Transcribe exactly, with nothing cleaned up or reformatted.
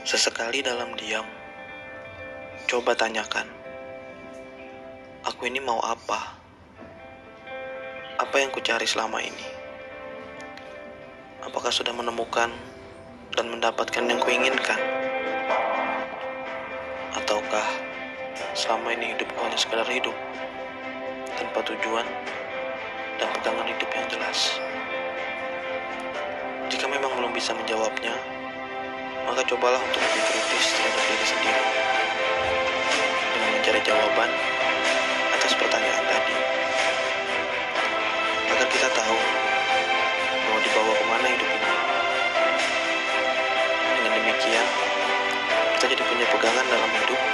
Sesekali dalam diam, coba tanyakan, aku ini mau apa? Apa yang kucari selama ini? Apakah sudah menemukan dan mendapatkan yang kuinginkan? Ataukah selama ini hidupku hanya sekedar hidup, tanpa tujuan dan pegangan hidup yang jelas? Jika memang belum bisa menjawabnya, maka cobalah untuk lebih kritis terhadap diri sendiri dengan mencari jawaban atas pertanyaan tadi, agar kita tahu mau dibawa kemana hidup ini. Dengan demikian, kita jadi punya pegangan dalam hidup